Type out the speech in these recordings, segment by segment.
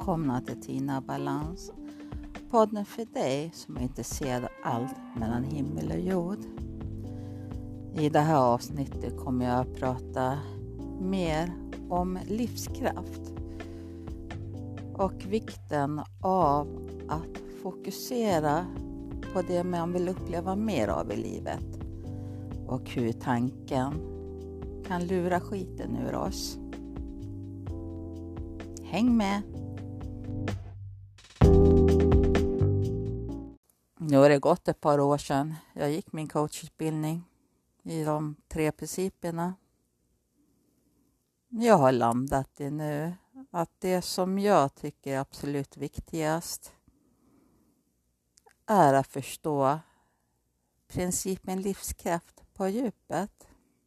välkomna till Tina Balans. Podden för dig som är intresserad av allt mellan himmel och jord. I det här avsnittet kommer jag att prata mer om livskraft och vikten av att fokusera på det man vill uppleva mer av i livet och hur tanken kan lura skiten ur oss. Häng med! Nu har det gått ett par år sedan jag gick min coachutbildning i de 3 principerna. Jag har landat i nu att det som jag tycker är absolut viktigast är att förstå principen livskraft på djupet.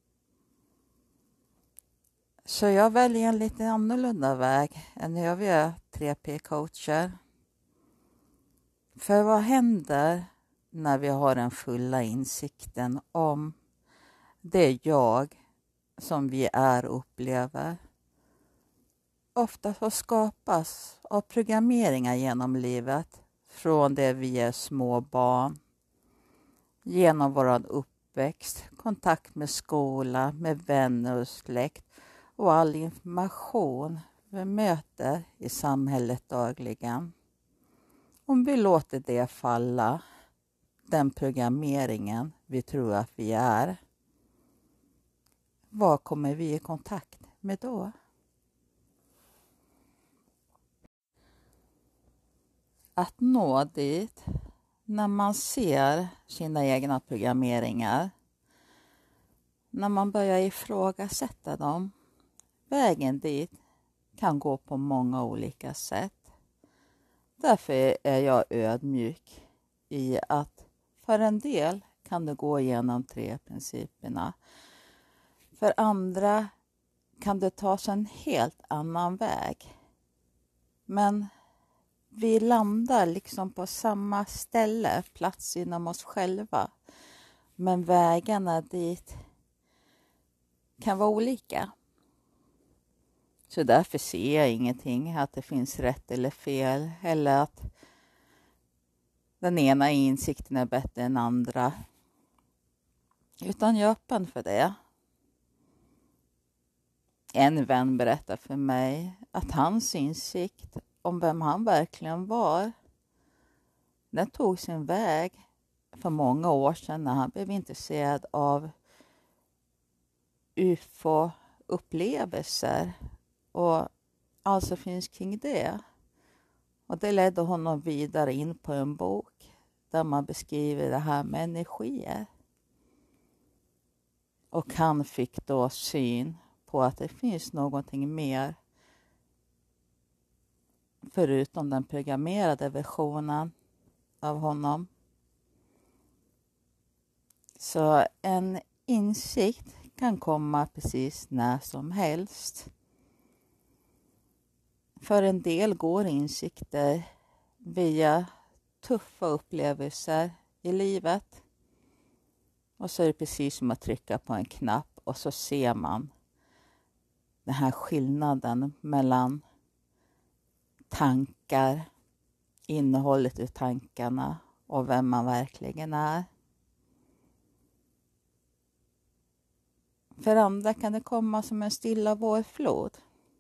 Så jag väljer en lite annorlunda väg än övriga 3P-coacher. För vad händer när vi har den fulla insikten om det jag som vi är och upplever? Ofta så skapas av programmeringar genom livet från det vi är små barn, genom vår uppväxt, kontakt med skola, med vänner och släkt och all information vi möter i samhället dagligen. Om vi låter det falla, den programmeringen vi tror att vi är, vad kommer vi i kontakt med då? Att nå dit när man ser sina egna programmeringar, när man börjar ifrågasätta dem. Vägen dit kan gå på många olika sätt. Därför är jag ödmjuk i att för en del kan det gå igenom 3 principerna. För andra kan det tas en helt annan väg. Men vi landar liksom på samma ställe, plats inom oss själva. Men vägarna dit kan vara olika. Så därför ser jag ingenting att det finns rätt eller fel. Eller att den ena insikten är bättre än andra. Utan jag är öppen för det. En vän berättar för mig att hans insikt om vem han verkligen var, den tog sin väg för många år sedan när han blev intresserad av UFO-upplevelser och allt som finns kring det. Och det ledde honom vidare in på en bok där man beskriver det här med energier. Och han fick då syn på att det finns någonting mer förutom den programmerade versionen av honom. Så en insikt kan komma precis när som helst. För en del går insikter via tuffa upplevelser i livet. Och så är det precis som att trycka på en knapp och så ser man den här skillnaden mellan tankar, innehållet i tankarna och vem man verkligen är. För andra kan det komma som en stilla vårflod.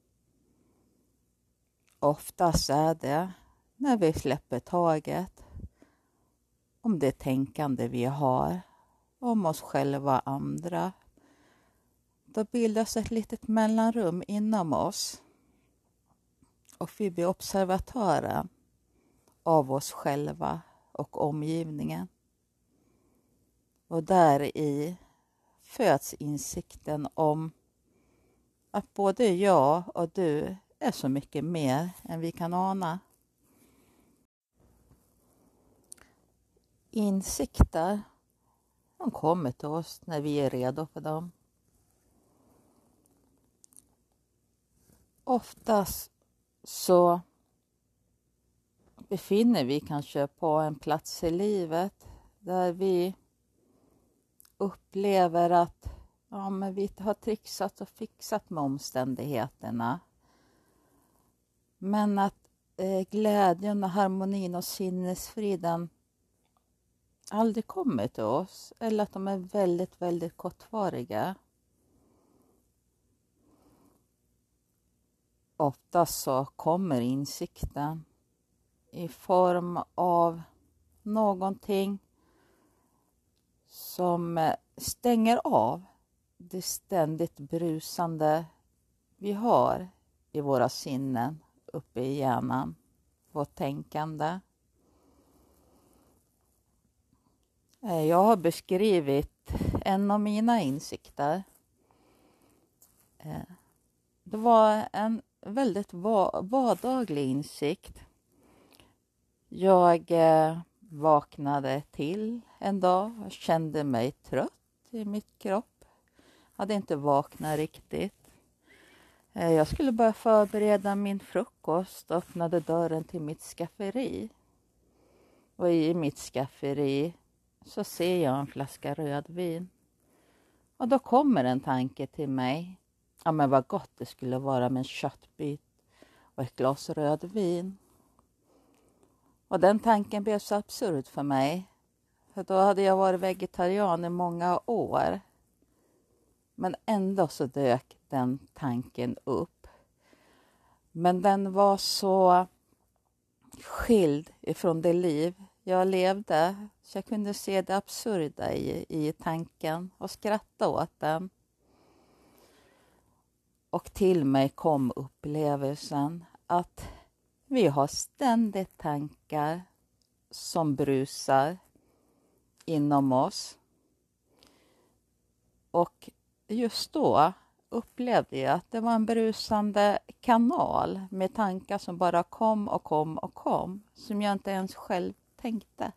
Oftast är det när vi släpper taget om det tänkande vi har om oss själva och andra. Då bildas ett litet mellanrum inom oss och vi blir observatörer av oss själva och omgivningen. Och där i föds insikten om att både jag och du är så mycket mer än vi kan ana. Insikter, de kommer till oss när vi är redo för dem. Oftast så befinner vi kanske på en plats i livet där vi upplever att men vi har trixat och fixat med omständigheterna. Men att glädjen och harmonin och sinnesfriden aldrig kommer till oss, eller att de är väldigt, väldigt kortvariga. Ofta så kommer insikten i form av någonting som stänger av det ständigt brusande vi har i våra sinnen uppe i hjärnan, vårt tänkande. Jag har beskrivit en av mina insikter. Det var en väldigt vardaglig insikt. Jag vaknade till en dag och kände mig trött i mitt kropp. Hade inte vaknat riktigt. Jag skulle börja förbereda min frukost och öppnade dörren till mitt skafferi. Och i mitt skafferi så ser jag en flaska rödvin. Och då kommer en tanke till mig. Ja, men vad gott det skulle vara med en köttbit och ett glas rödvin. Och den tanken blev så absurd för mig. För då hade jag varit vegetarian i många år. Men ändå så dök den tanken upp. Men den var så skild ifrån det liv jag levde. Så jag kunde se det absurda i tanken och skratta åt den. Och till mig kom upplevelsen att vi har ständigt tankar som brusar inom oss. Och just då upplevde jag att det var en brusande kanal med tankar som bara kom och kom och kom. Som jag inte ens själv tänkte.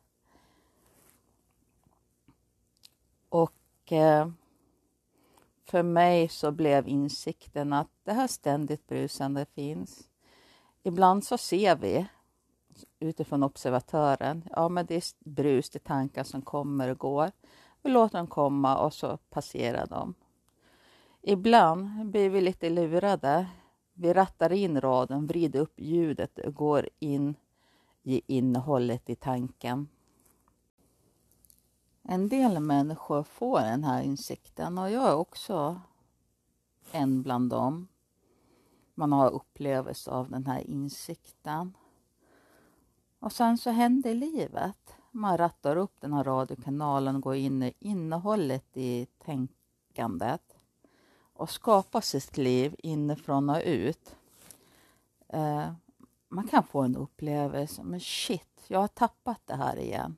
Och för mig så blev insikten att det här ständigt brusande finns. Ibland så ser vi utifrån observatören, ja men det är brus, det är tankar som kommer och går. Vi låter dem komma och så passerar de. Ibland blir vi lite lurade. Vi rattar in raden, vrider upp ljudet och går in i innehållet i tanken. En del människor får den här insikten och jag är också en bland dem. Man har upplevelse av den här insikten. Och sen så händer livet. Man rattar upp den här radiokanalen och går in i innehållet i tänkandet. Och skapar sitt liv inifrån och ut. Man kan få en upplevelse, men shit, jag har tappat det här igen.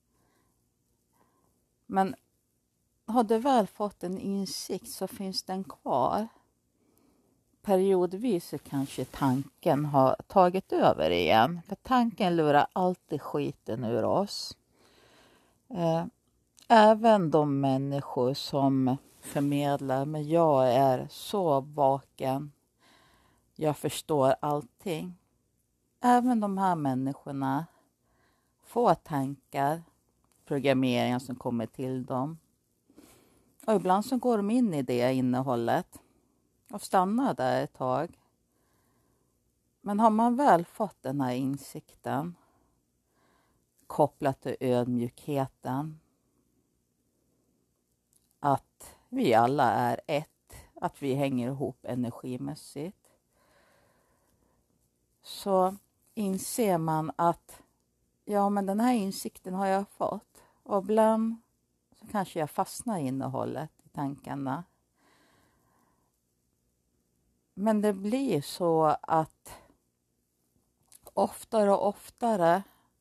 Men har du väl fått en insikt så finns den kvar. Periodvis så kanske tanken har tagit över igen. För tanken lurar alltid skiten ur oss. Även de människor som förmedlar, men jag är så vaken. Jag förstår allting. Även de här människorna får tankar, programmeringar som kommer till dem. Och ibland så går de in i det innehållet och stannar där ett tag. Men har man väl fått den här insikten kopplat till ödmjukheten att vi alla är ett, att vi hänger ihop energimässigt, så inser man att ja, men den här insikten har jag fått. Och ibland så kanske jag fastnar i innehållet i tankarna. Men det blir så att oftare och oftare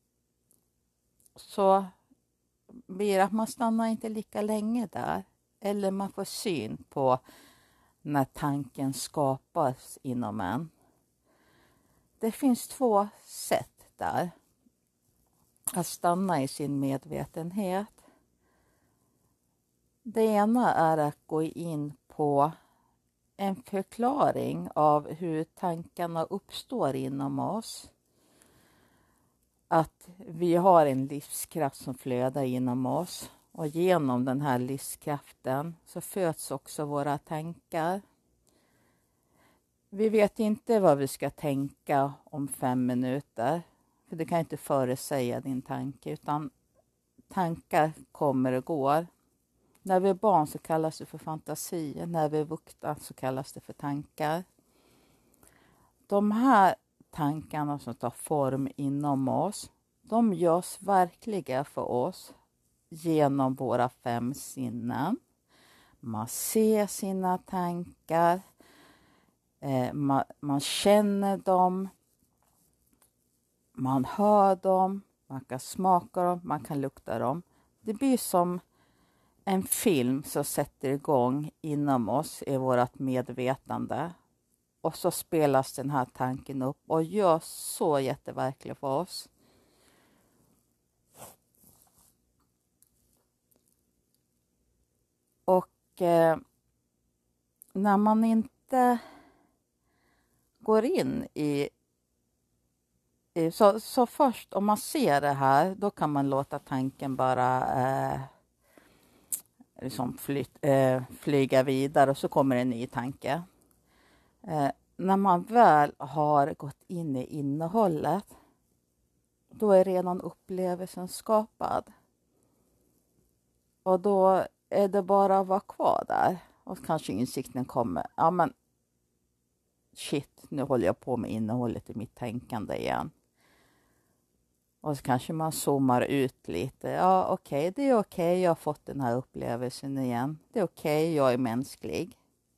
så blir det att man stannar inte lika länge där. Eller man får syn på när tanken skapas inom en. Det finns två sätt där. Att stanna i sin medvetenhet. Det ena är att gå in på en förklaring av hur tankarna uppstår inom oss. Att vi har en livskraft som flödar inom oss. Och genom den här livskraften så föds också våra tankar. Vi vet inte vad vi ska tänka om 5 minuter. För du kan inte förutsäga din tanke, utan tankar kommer och går. När vi är barn så kallas det för fantasier. När vi är vuxna så kallas det för tankar. De här tankarna som tar form inom oss, de görs verkliga för oss genom våra 5 sinnen. Man ser sina tankar, man känner dem, man hör dem, man kan smaka dem, man kan lukta dem. Det blir som en film som sätter igång inom oss i vårt medvetande. Och så spelas den här tanken upp och görs så jätteverklig för oss. Och när man inte går in i... Så först, om man ser det här, då kan man låta tanken bara liksom flyga vidare och så kommer en ny tanke. När man väl har gått in i innehållet, då är redan upplevelsen skapad. Och då är det bara att vara kvar där. Och kanske insikten kommer. Ja men, shit, nu håller jag på med innehållet i mitt tänkande igen. Och så kanske man zoomar ut lite. Ja okej, det är okej, jag har fått den här upplevelsen igen. Det är okej, jag är mänsklig.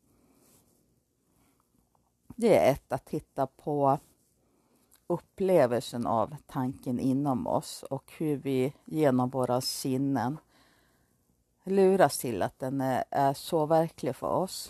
Det är att titta på upplevelsen av tanken inom oss och hur vi genom våra sinnen luras till att den är så verklig för oss.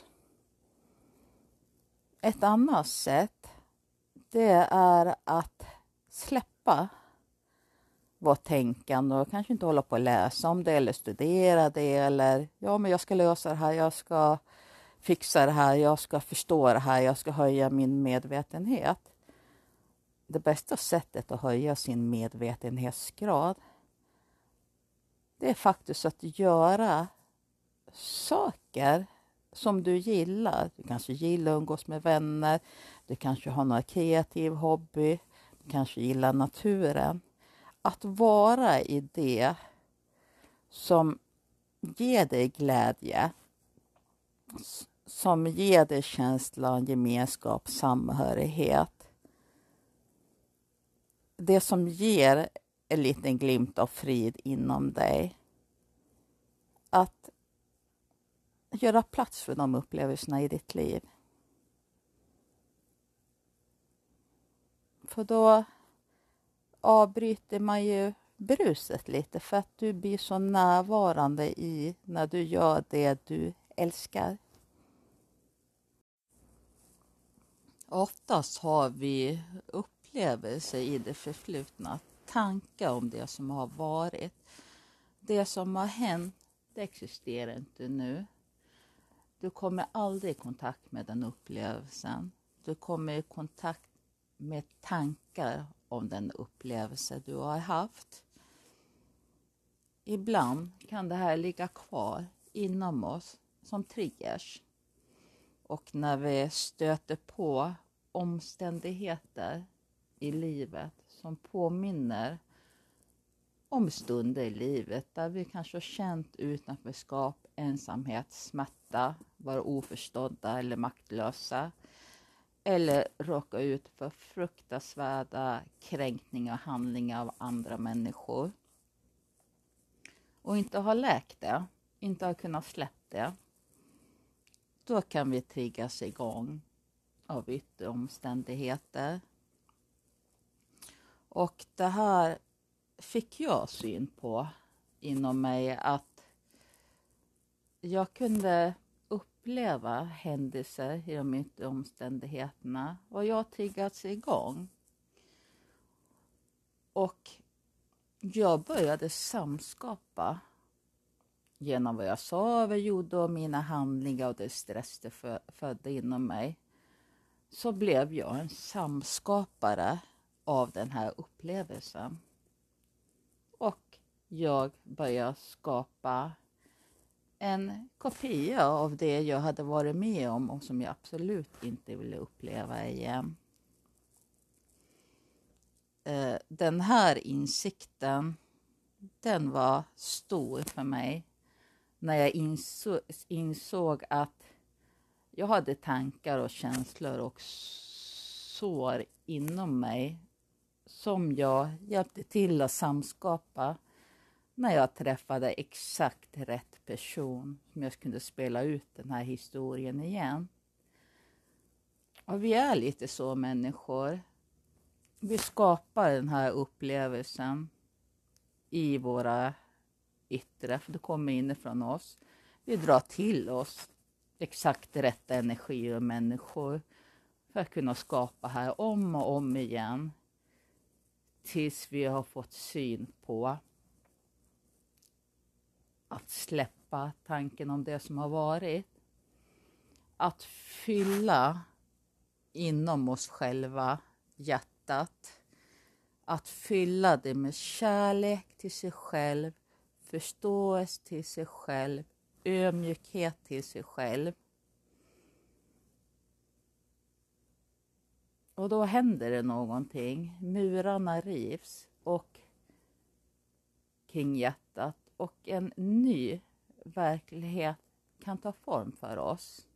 Ett annat sätt, det är att släppa vårt tänkande och kanske inte hålla på att läsa om det eller studera det eller ja men jag ska lösa det här, jag ska fixa det här, jag ska förstå det här, jag ska höja min medvetenhet. Det bästa sättet att höja sin medvetenhetsgrad, det är faktiskt att göra saker som du gillar. Du kanske gillar att umgås med vänner, du kanske har någon kreativ hobby, du kanske gillar naturen. Att vara i det som ger dig glädje, som ger dig känslan, gemenskap, samhörighet. Det som ger en liten glimt av frid inom dig. Att göra plats för de upplevelserna i ditt liv. För då avbryter man ju bruset lite för att du blir så närvarande i när du gör det du älskar. Oftast har vi upplevelser i det förflutna, tankar om det som har varit. Det som har hänt, det existerar inte nu. Du kommer aldrig i kontakt med den upplevelsen. Du kommer i kontakt med tankar om den upplevelse du har haft. Ibland kan det här ligga kvar inom oss som triggers. Och när vi stöter på omständigheter i livet som påminner om stunder i livet där vi kanske har känt utanförskap, ensamhet, smärta, vara oförstådda eller maktlösa. Eller råka ut för fruktansvärda kränkningar och handlingar av andra människor. Och inte ha läkt det, inte ha kunnat släppa det. Då kan vi triggas igång av yttre omständigheter. Och det här fick jag syn på inom mig, att jag kunde uppleva händelser i de yttre omständigheterna och jag triggats igång. Och jag började samskapa genom vad jag sa, vad jag gjorde och mina handlingar och det stress det födde inom mig. Så blev jag en samskapare av den här upplevelsen. Och jag började skapa en kopia av det jag hade varit med om och som jag absolut inte ville uppleva igen. Den här insikten, den var stor för mig när jag insåg att jag hade tankar och känslor och sår inom mig som jag hjälpte till att samskapa när jag träffade exakt rätt person som jag kunde spela ut den här historien igen. Och vi är lite så människor. Vi skapar den här upplevelsen i våra yttre, för det kommer inifrån oss. Vi drar till oss exakt rätt energi och människor för att kunna skapa här om och om igen tills vi har fått syn på att släppa tanken om det som har varit. Att fylla inom oss själva hjärtat. Att fylla det med kärlek till sig själv, förståelse till sig själv, ödmjukhet till sig själv. Och då händer det någonting. Murarna rivs och kring hjärtat och en ny verklighet kan ta form för oss.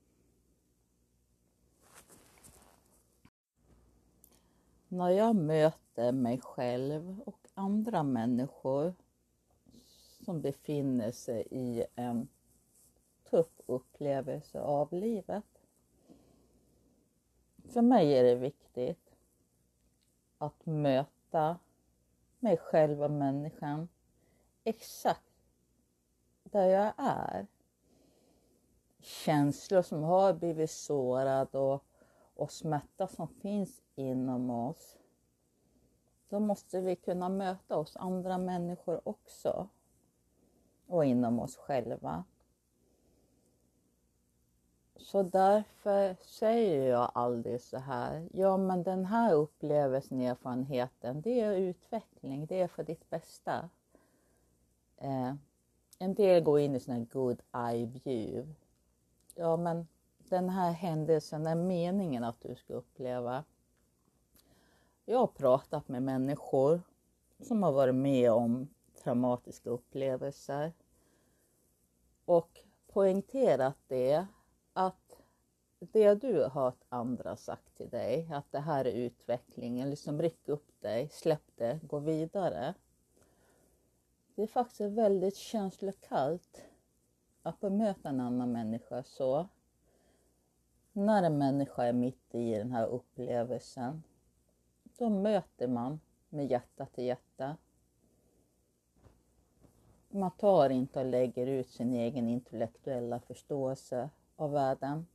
När jag möter mig själv och andra människor som befinner sig i en tuff upplevelse av livet. För mig är det viktigt att möta mig själv och människan exakt där jag är. Känslor som har blivit sårade och smärta som finns inom oss. Då måste vi kunna möta oss andra människor också. Och inom oss själva. Så därför säger jag aldrig så här. Ja, men den här upplevelsen, erfarenheten, det är utveckling. Det är för ditt bästa. En del går in i sån här good eye view. Ja, men den här händelsen är meningen att du ska uppleva. Jag har pratat med människor som har varit med om traumatiska upplevelser. Och poängterat det att det du har hört andra sagt till dig, att det här är utvecklingen, liksom ryck upp dig, släpp det, gå vidare. Det är faktiskt väldigt känslokallt att bemöta en annan människa så. När en människa är mitt i den här upplevelsen, då möter man med hjärta till hjärta. Man tar inte och lägger ut sin egen intellektuella förståelse av världen.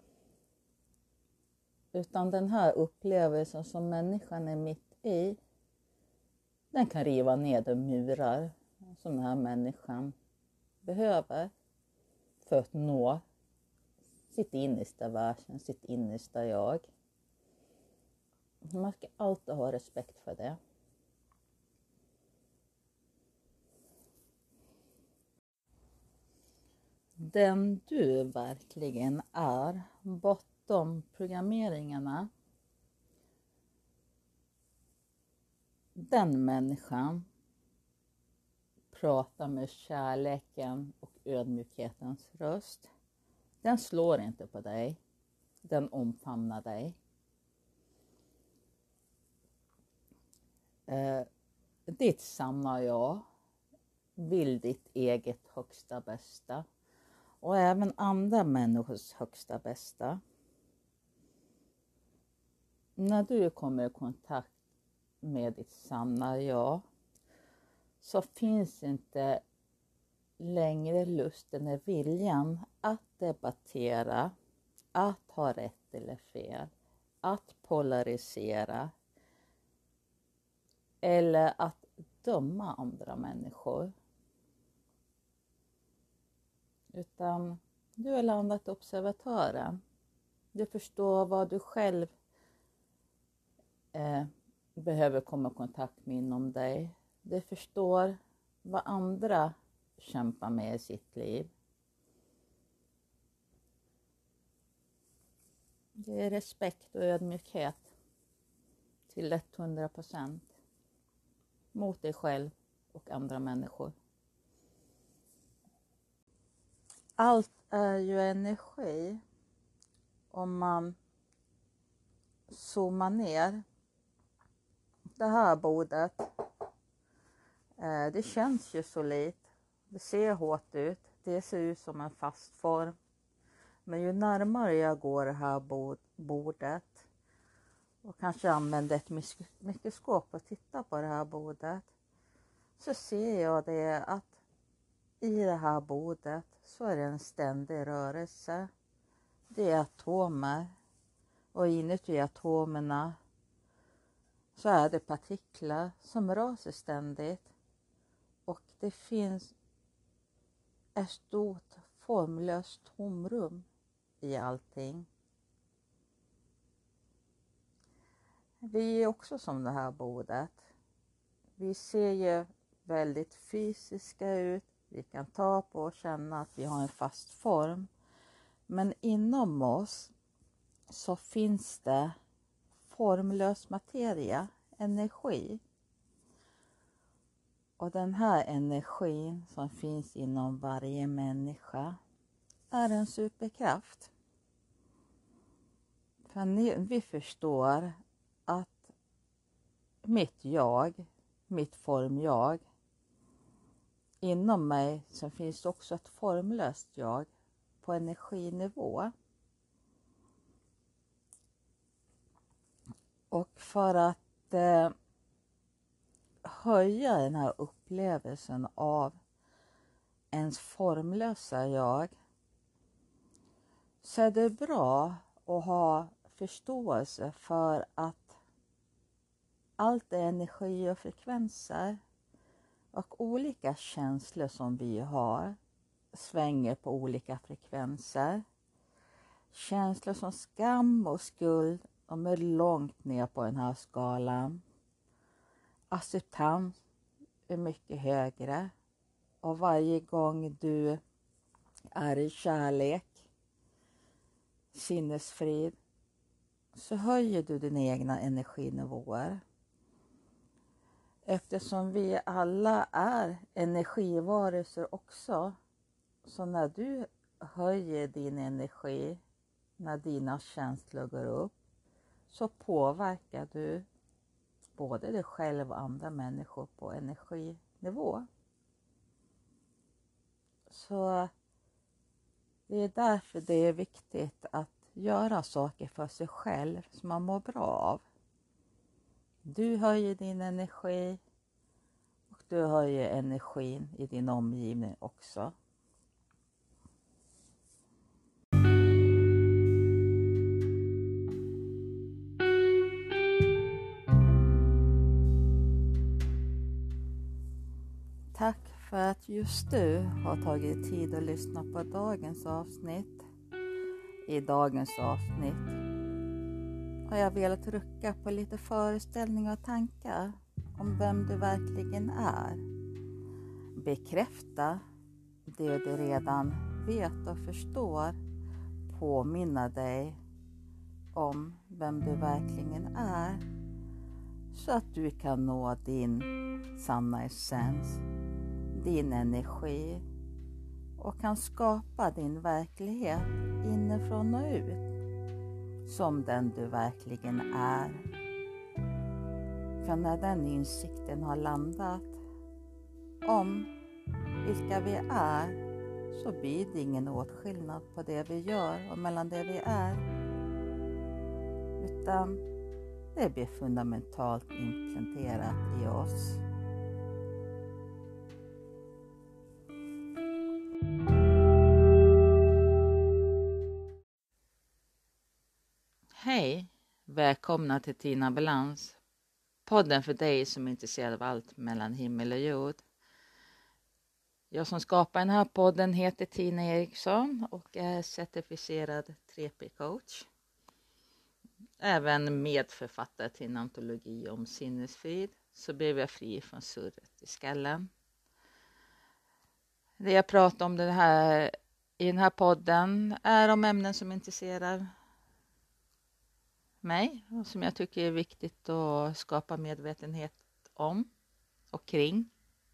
Utan den här upplevelsen som människan är mitt i, den kan riva ner de murar som den här människan behöver för att nå sitt innersta versen, sitt innersta jag. Man ska alltid ha respekt för det. Den du verkligen är bortom programmeringarna, den människan pratar med kärleken och ödmjukhetens röst. Den slår inte på dig, den omfamnar dig. Ditt sanna jag vill ditt eget högsta bästa. Och även andra människors högsta bästa. När du kommer i kontakt med ditt sanna jag så finns inte längre lusten eller viljan att debattera, att ha rätt eller fel, att polarisera eller att döma andra människor. Utan du är landat observatören. Du förstår vad du själv behöver komma i kontakt med inom dig. Du förstår vad andra kämpar med i sitt liv. Det är respekt och ödmjukhet till 100% mot dig själv och andra människor. Allt är ju energi. Om man zoomar ner det här bordet. Det känns ju solidt. Det ser hårt ut. Det ser ut som en fast form. Men ju närmare jag går det här bordet och kanske använder ett mikroskop och tittar på det här bordet, så ser jag det att i det här bordet så är det en ständig rörelse. Det är atomer och inuti atomerna så är det partiklar som rör sig ständigt. Och det finns ett stort formlöst tomrum i allting. Vi är också som det här bordet. Vi ser ju väldigt fysiska ut. Vi kan ta på och känna att vi har en fast form. Men inom oss så finns det formlös materia, energi. Och den här energin som finns inom varje människa är en superkraft. För vi förstår att mitt formjag, inom mig så finns också ett formlöst jag på energinivå. Och för att höja den här upplevelsen av ens formlösa jag, så är det bra att ha förståelse för att allt är energi och frekvenser, och olika känslor som vi har svänger på olika frekvenser. Känslor som skam och skuld, de är långt ner på den här skalan. Acceptans är mycket högre, och varje gång du är i kärlek, sinnesfrid, så höjer du dina egna energinivåer. Eftersom vi alla är energivarelser också, så när du höjer din energi, när dina känslor går upp, så påverkar du både dig själv och andra människor på energinivå. Så det är därför det är viktigt att göra saker för sig själv som man mår bra av. Du höjer din energi och du höjer energin i din omgivning också. Tack för att just du har tagit tid att lyssna på dagens avsnitt. I dagens avsnitt har jag velat rucka på lite föreställningar och tankar om vem du verkligen är. Bekräfta det du redan vet och förstår. Påminna dig om vem du verkligen är, så att du kan nå din sanna essens, din energi, och kan skapa din verklighet inifrån och ut som den du verkligen är. För när den insikten har landat om vilka vi är, så blir det ingen åtskillnad på det vi gör och mellan det vi är, utan det blir fundamentalt implanterat i oss. Hej! Välkomna till Tina Balans. Podden för dig som är intresserad av allt mellan himmel och jord. Jag som skapar den här podden heter Tina Eriksson och är certifierad 3P-coach. Även medförfattare till en antologi om sinnesfrid, så blev jag fri från surret i skallen. Det jag pratar om i den här podden är om ämnen som intresserar mig och som jag tycker är viktigt att skapa medvetenhet om och kring.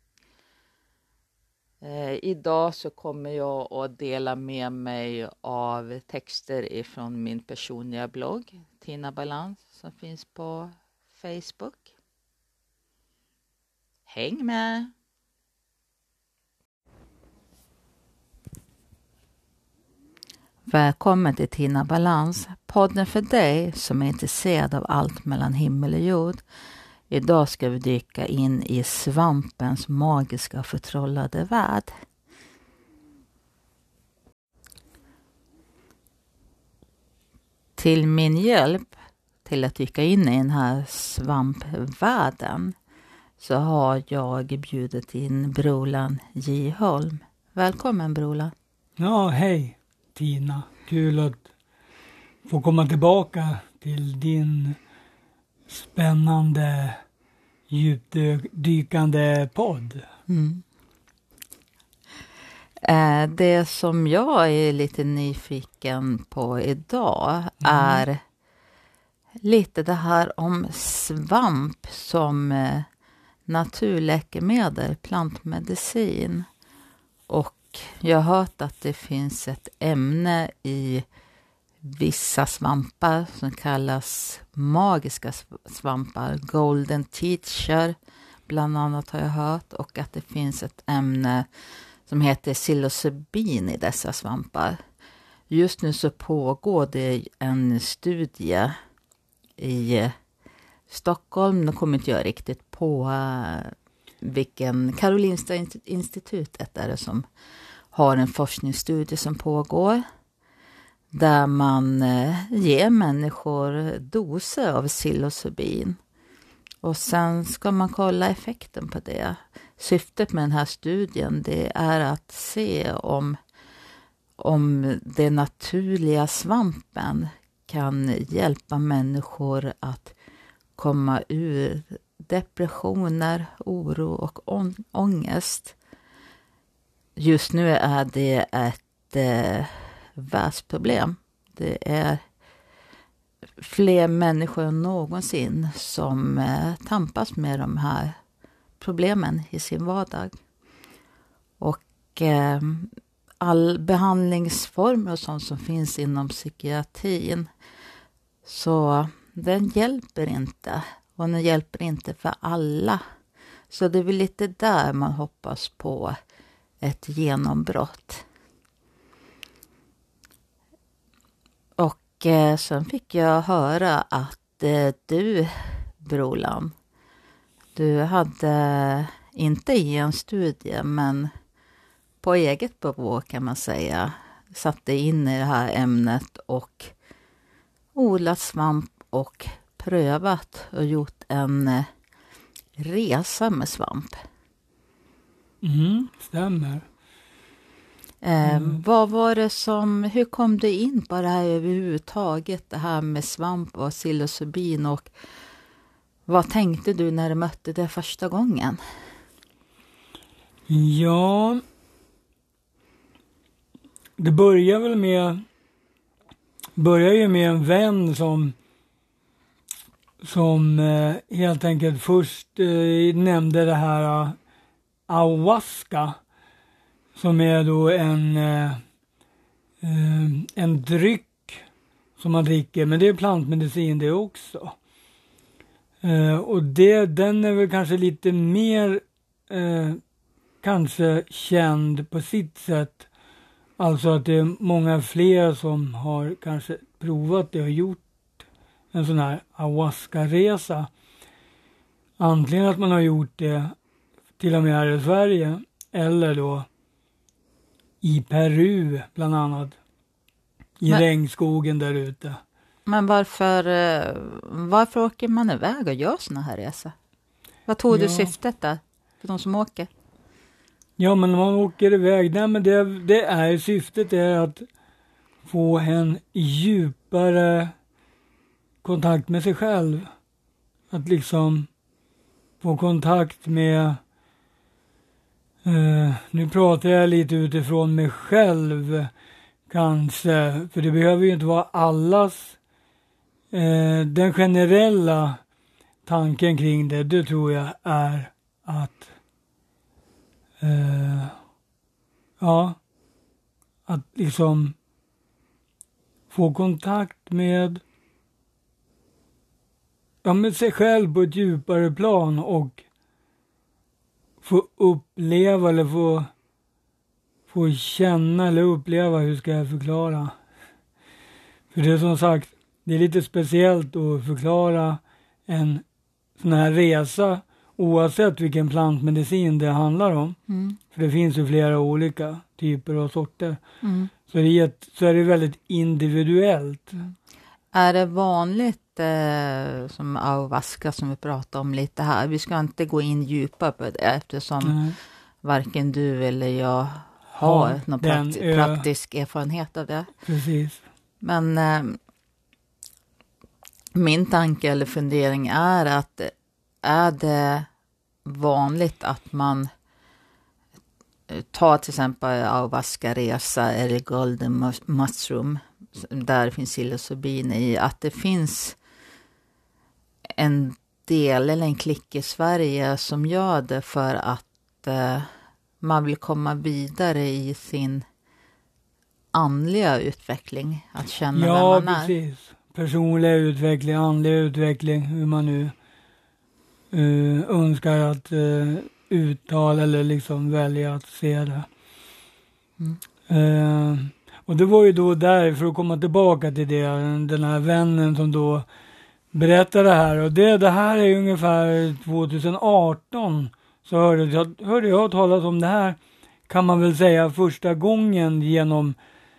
Idag så kommer jag att dela med mig av texter ifrån min personliga blogg Tina Balans som finns på Facebook. Häng med! Välkommen till Tina Balans, podden för dig som är intresserad av allt mellan himmel och jord. Idag ska vi dyka in i svampens magiska och förtrollade värld. Till min hjälp till att dyka in i den här svampvärlden så har jag bjudit in Brolan J. Holm. Välkommen Brolan. Ja, hej Tina. Kul att få komma tillbaka till din spännande djupdykande podd. Det som jag är lite nyfiken på idag är lite det här om svamp som naturläkemedel, plantmedicin. Och jag har hört att det finns ett ämne i vissa svampar som kallas magiska svampar. Golden Teacher bland annat har jag hört. Och att det finns ett ämne som heter psilocybin i dessa svampar. Just nu så pågår det en studie i Stockholm. Nu kommer inte jag riktigt på vilken. Karolinska institutet är det som har en forskningsstudie som pågår. Där man ger människor doser av psilocybin. Och sen ska man kolla effekten på det. Syftet med den här studien det är att se om den naturliga svampen kan hjälpa människor att komma ur depressioner, oro och ångest. Just nu är det ett världsproblem. Det är fler människor än någonsin som tampas med de här problemen i sin vardag. Och all behandlingsformer och sånt som finns inom psykiatrin så den hjälper inte. Och den hjälper inte för alla. Så det är väl lite där man hoppas på ett genombrott. Och sen fick jag höra att du, Brolan, du hade inte i en studie men på eget bevåg kan man säga satt dig in i det här ämnet och odlat svamp och prövat och gjort en resa med svamp. Stämmer. Vad var det hur kom du in på det här överhuvudtaget, det här med svamp och psilocybin och vad tänkte du när du mötte det första gången? Ja, det börjar ju med en vän som helt enkelt först nämnde det här ayahuasca som är då en dryck som man dricker, men det är plantmedicin det också. Och den är väl kanske lite mer kanske känd på sitt sätt. Alltså att det är många fler som har kanske provat det och gjort en sån här ayahuasca-resa. Antingen att man har gjort det till och med här i Sverige eller då i Peru bland annat. I regnskogen där ute. Men varför åker man iväg och gör såna här resor? Vad tog du syftet där för de som åker? Ja, men när man åker iväg, syftet är att få en djupare kontakt med sig själv. Att liksom få kontakt med, nu pratar jag lite utifrån mig själv kanske, för det behöver ju inte vara allas den generella tanken kring det tror jag är att att liksom få kontakt med sig själv på ett djupare plan och få uppleva eller få känna eller uppleva, hur ska jag förklara? För det är som sagt, det är lite speciellt att förklara en sån här resa oavsett vilken plantmedicin det handlar om. För det finns ju flera olika typer och sorter. Så är det väldigt individuellt. Är det vanligt som ayahuasca som vi pratar om lite här? Vi ska inte gå in djupare på det eftersom varken du eller jag har någon praktisk erfarenhet av det. Precis. Men min tanke eller fundering är att är det vanligt att man tar till exempel ayahuasca-resa eller golden mushroom, där finns psilocybin i, att det finns en del eller en klick i Sverige som gör det för att man vill komma vidare i sin andliga utveckling, att känna vem man är. Ja, precis. Personlig utveckling, andlig utveckling, hur man nu önskar att uttala eller liksom välja att se det. Och det var ju då där, för att komma tillbaka till det, den här vännen som då berättade det här. Och det här är ungefär 2018 så hörde jag talas om det här, kan man väl säga, första gången genom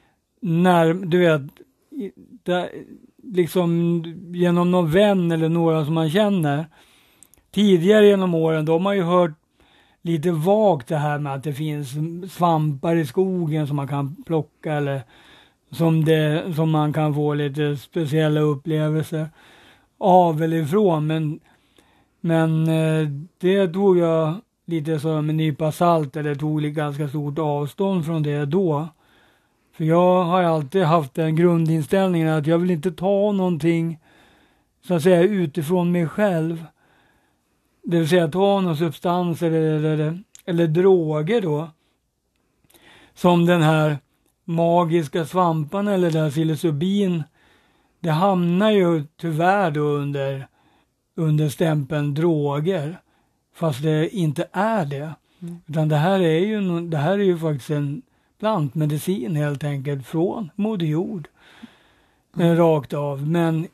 liksom genom någon vän eller några som man känner. Tidigare genom åren, då har man ju hört lite vagt det här med att det finns svampar i skogen som man kan plocka eller som man kan få lite speciella upplevelser av eller ifrån. Men det tog jag lite som en nypa salt, eller tog ganska stort avstånd från det då. För jag har alltid haft den grundinställningen att jag vill inte ta någonting så att säga utifrån mig själv. Det vill säga ta någon substans eller droger då. Som den här magiska svampan eller den här psilocybin. Det hamnar ju tyvärr då under stämpeln droger. Fast det inte är det. Utan det här är ju faktiskt en plantmedicin helt enkelt från Moder Jord. Rakt av. Men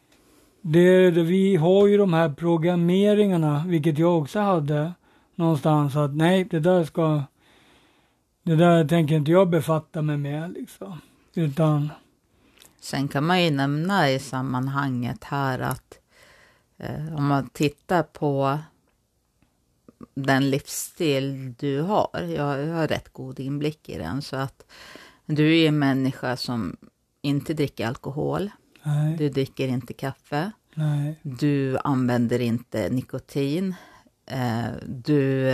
vi har ju de här programmeringarna, vilket jag också hade någonstans, att nej, det där tänker inte jag befatta mig med liksom. Utan sen kan man ju nämna i sammanhanget här att om man tittar på den livsstil du har, jag har rätt god inblick i den, så att du är en människa som inte dricker alkohol. nej. Du dricker inte kaffe. Nej. Du använder inte nikotin. Du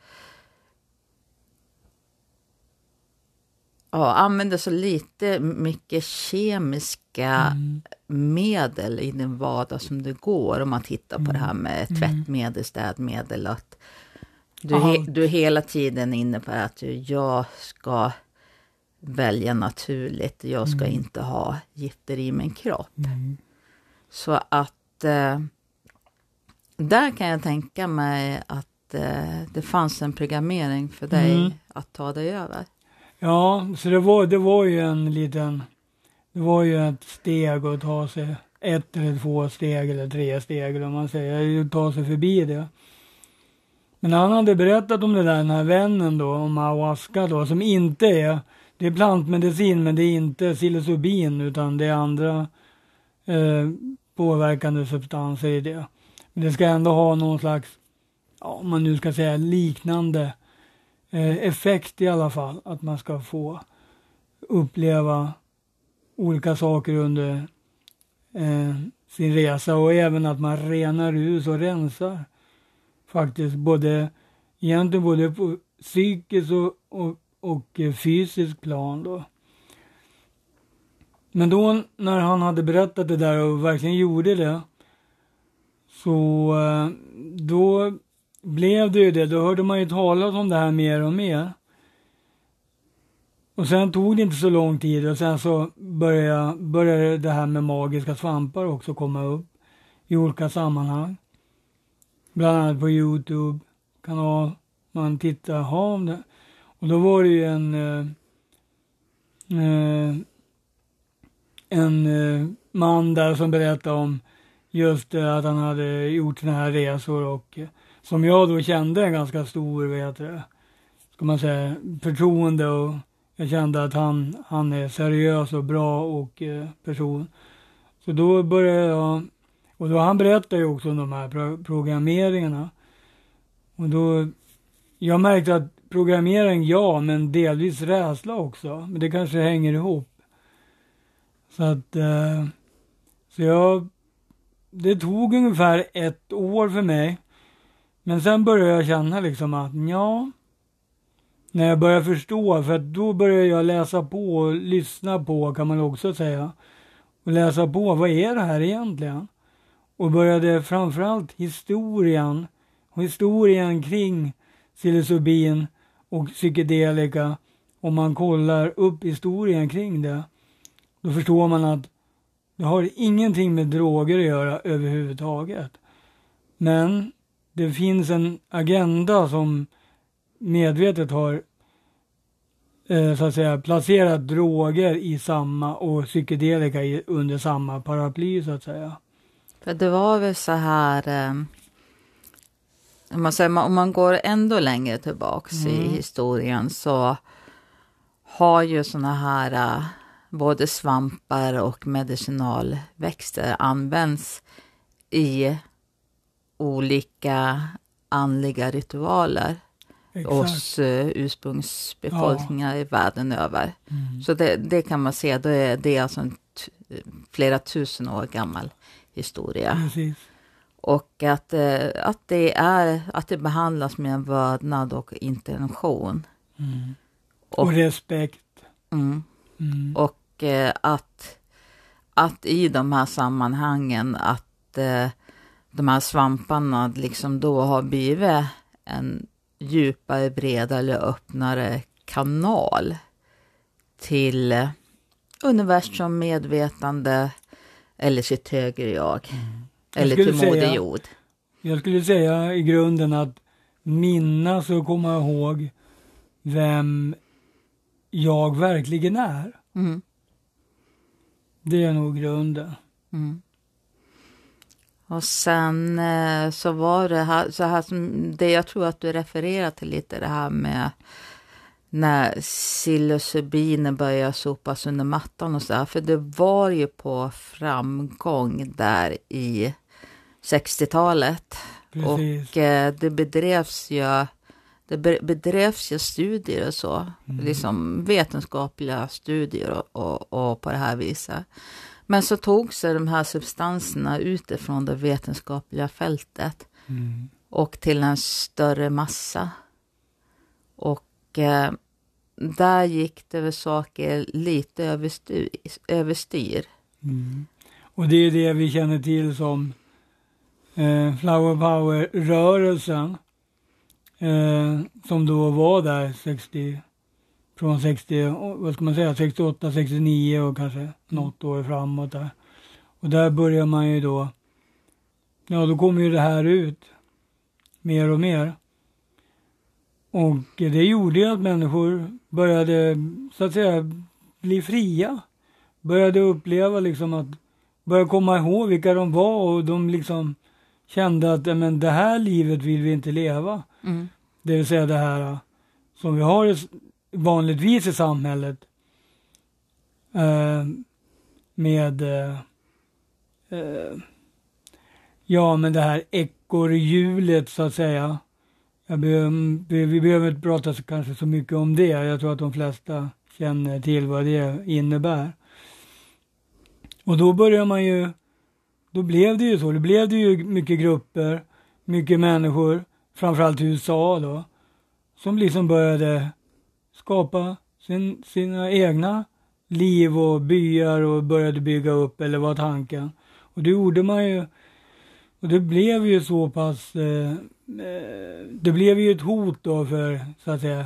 använder så mycket kemiska medel i din vardag som det går. Om man tittar på det här med tvättmedel, städmedel. Att du är hela tiden inne på att jag ska välja naturligt. Jag ska inte ha gifter i min kropp. Så att där kan jag tänka mig att det fanns en programmering för dig att ta dig över. Ja, så det var ju ett steg att ta sig, 1 eller 2 steg eller 3 steg om man säger, ta sig förbi det. Men han hade berättat om den här vännen då, om ayahuasca då, som inte det är plantmedicin, men det är inte psilocybin utan det är andra påverkande substanser i det. Men det ska ändå ha någon slags, om man nu ska säga liknande effekt i alla fall. Att man ska få uppleva olika saker under sin resa, och även att man renar ut och rensar faktiskt både på psykiskt och fysiskt plan då. Men då när han hade berättat det där och verkligen gjorde det, så då blev det ju det. Då hörde man ju talas om det här mer och mer. Och sen tog det inte så lång tid och sen så började det här med magiska svampar också komma upp i olika sammanhang. Bland annat på YouTube-kanal. Man tittar om det. Och då var det ju en man där som berättade om just att han hade gjort såna här resor och som jag då kände en ganska stor, ska man säga, förtroende, och jag kände att han är seriös och bra och person. Så då började jag, och då han berättade ju också om de här programmeringarna. Och då, jag märkte att programmering, ja, men delvis rädsla också. Men det kanske hänger ihop. Så att, det tog ungefär 1 år för mig. Men sen började jag känna liksom att, ja, när jag började förstå, för att då började jag läsa på och lyssna på, kan man också säga. Och läsa på, vad är det här egentligen? Och började framförallt historien kring psilocybin och psykedelika. Om man kollar upp historien kring det, då förstår man att det har ingenting med droger att göra överhuvudtaget. Men det finns en agenda som medvetet har så att säga placerat droger i samma och psykedelika under samma paraply, så att säga. För det var väl så här, om man går ändå längre tillbaks i historien, så har ju såna här både svampar och medicinalväxter används i olika andliga ritualer. Exakt. Hos ursprungsbefolkningar i världen över. Så det kan man se, det är alltså en flera tusen år gammal historia. Precis. Och att det behandlas med en vördnad och intention. Och respekt. Och att i de här sammanhangen att de här svamparna liksom då har blivit en djupare, bredare eller öppnare kanal till universum, medvetande eller sitt högre jag. Eller till moder jord. Jag skulle säga i grunden att minnas och komma ihåg vem jag verkligen är. Det är nog grunden. Och sen så var det här, så här som det jag tror att du refererar till lite, det här med när psilocybinen började sopas under mattan och så där. För det var ju på framgång där i 60-talet. Precis. Och det bedrevs ju studier och så. Liksom vetenskapliga studier och på det här viset. Men så tog sig de här substanserna utifrån det vetenskapliga fältet och till en större massa. Och där gick det väl saker lite överstyr. Och det är det vi känner till som Flower Power-rörelsen. Som då var där 68, 69 och kanske något år framåt där. Och där börjar man ju då, då kommer ju det här ut mer och mer. Och det gjorde ju att människor började, så att säga, bli fria. Började uppleva liksom att, började komma ihåg vilka de var, och de liksom kände att men det här livet vill vi inte leva. Det vill säga det här som vi har vanligtvis i samhället med men det här ekorrhjulet, så att säga. Vi behöver inte prata kanske så mycket om det. Jag tror att de flesta känner till vad det innebär. Och då börjar man ju, då blev det ju så. Det blev det ju mycket grupper, mycket människor, framförallt i USA då, som liksom började skapa sina egna liv och byar och började bygga upp, eller var tanken. Och det gjorde man ju, och det blev ju så pass, det blev ju ett hot då för, så att säga,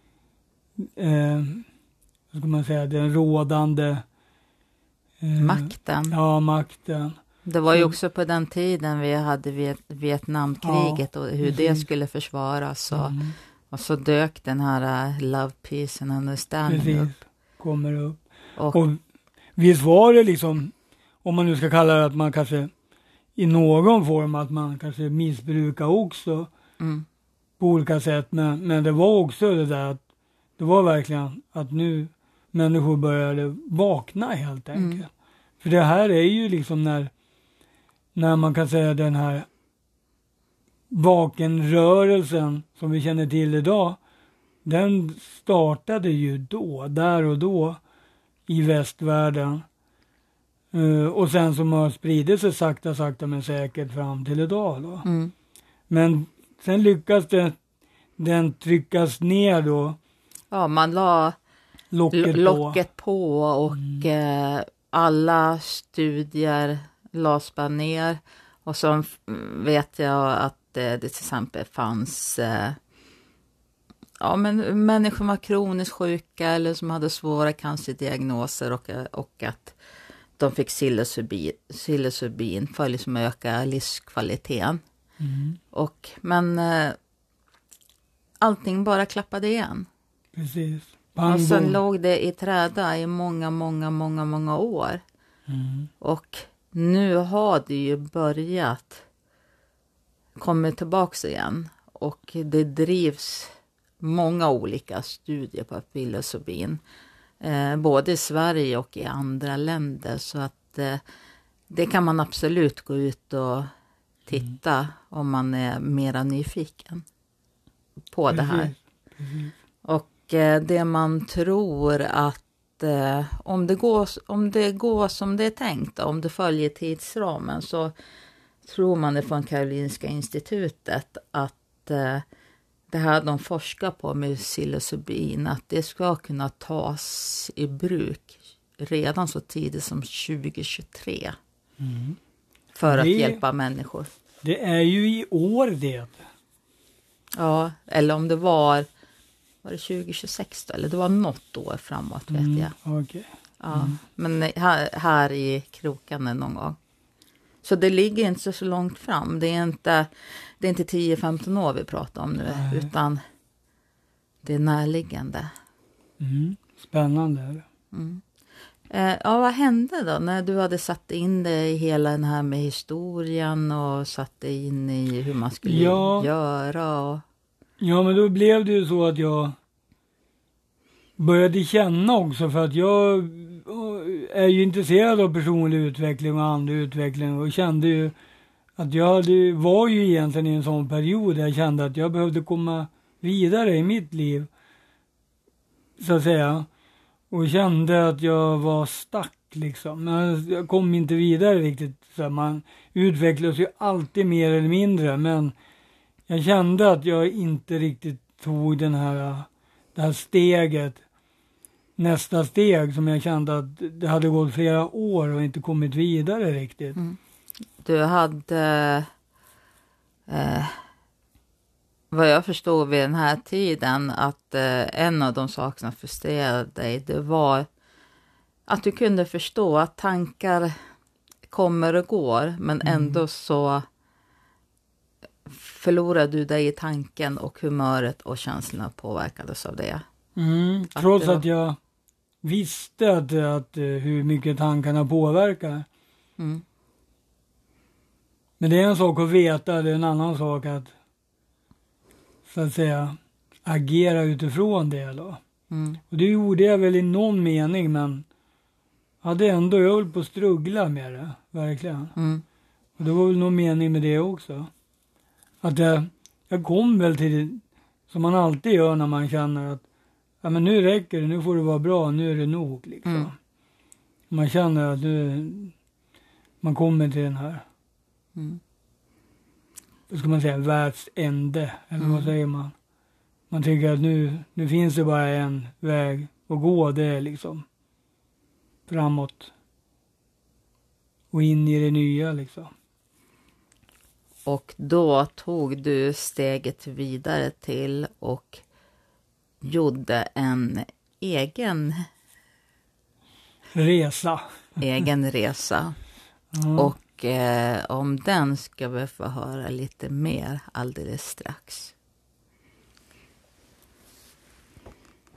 vad ska man säga, den rådande Makten. Ja, makten. Det var ju också på den tiden vi hade Vietnamkriget och hur det skulle försvaras. Och så dök den här Love, Peace and Understanding upp. Kommer upp. Och visst var det liksom, om man nu ska kalla det att man kanske i någon form att man kanske missbrukar också på olika sätt. Men det var också det där att det var verkligen att nu människor började vakna helt enkelt. För det här är ju liksom när man kan säga den här vakenrörelsen som vi känner till idag, den startade ju där och då i västvärlden. Och sen som har spridit sig sakta men säkert fram till idag då. Men sen lyckas den tryckas ner då. Ja, man la locket på och alla studier lades bara ner. Och så vet jag att det till exempel fanns men människor var kroniskt sjuka eller som hade svåra cancerdiagnoser och att de fick psilocybin för att liksom öka livskvaliteten. Men allting bara klappade igen. Precis. Och sen låg det i träda i många år. Och nu har det ju börjat komma tillbaka igen. Och det drivs många olika studier på psilocybin. Både i Sverige och i andra länder. Så att det kan man absolut gå ut och titta om man är mera nyfiken på det här. Och det man tror att om det går som det är tänkt, om det följer tidsramen, så tror man det från Karolinska institutet att det här de forskar på med psilocybin, att det ska kunna tas i bruk redan så tidigt som 2023 för att hjälpa människor. Det är ju i år det. Ja, eller om det var det 2026 då? Eller det var något år framåt vet jag. Okay. Ja, men här i krokarna någon gång. Så det ligger inte så långt fram. Det är inte 10-15 år vi pratar om nu, utan det är närliggande. Spännande. Vad hände då när du hade satt in dig i hela den här med historien och satt dig in i hur man skulle göra? Ja, men då blev det ju så att jag började känna också, för att jag är ju intresserad av personlig utveckling och andlig utveckling, och kände ju att var ju egentligen i en sån period där jag kände att jag behövde komma vidare i mitt liv, så att säga, och kände att jag var stack liksom. Men jag kom inte vidare riktigt, så man utvecklas ju alltid mer eller mindre, men jag kände att jag inte riktigt tog det här steget, nästa steg, som jag kände att det hade gått flera år och inte kommit vidare riktigt. Du hade, vad jag förstod vid den här tiden, att en av de sakerna som frustrerade dig, det var att du kunde förstå att tankar kommer och går, men ändå så förlorade du dig i tanken och humöret och känslorna påverkades av det. Trots att jag visste att hur mycket tankarna påverkar. Men det är en sak att veta, det är en annan sak att, så att säga, agera utifrån det då. Och det gjorde jag väl i någon mening, men hade ändå, jag höll på att struggla med det, verkligen. Och det var väl någon mening med det också. Att jag kom väl till, som man alltid gör när man känner att ja, men nu räcker det, nu får det vara bra, nu är det nog liksom. Man känner att man kommer till den här, vad ska man säga, världsände, eller vad säger man? Man tycker att nu finns det bara en väg att gå, det är liksom framåt. Och in i det nya liksom. Och då tog du steget vidare till och gjorde en egen resa. Ja. Och om den ska vi få höra lite mer alldeles strax.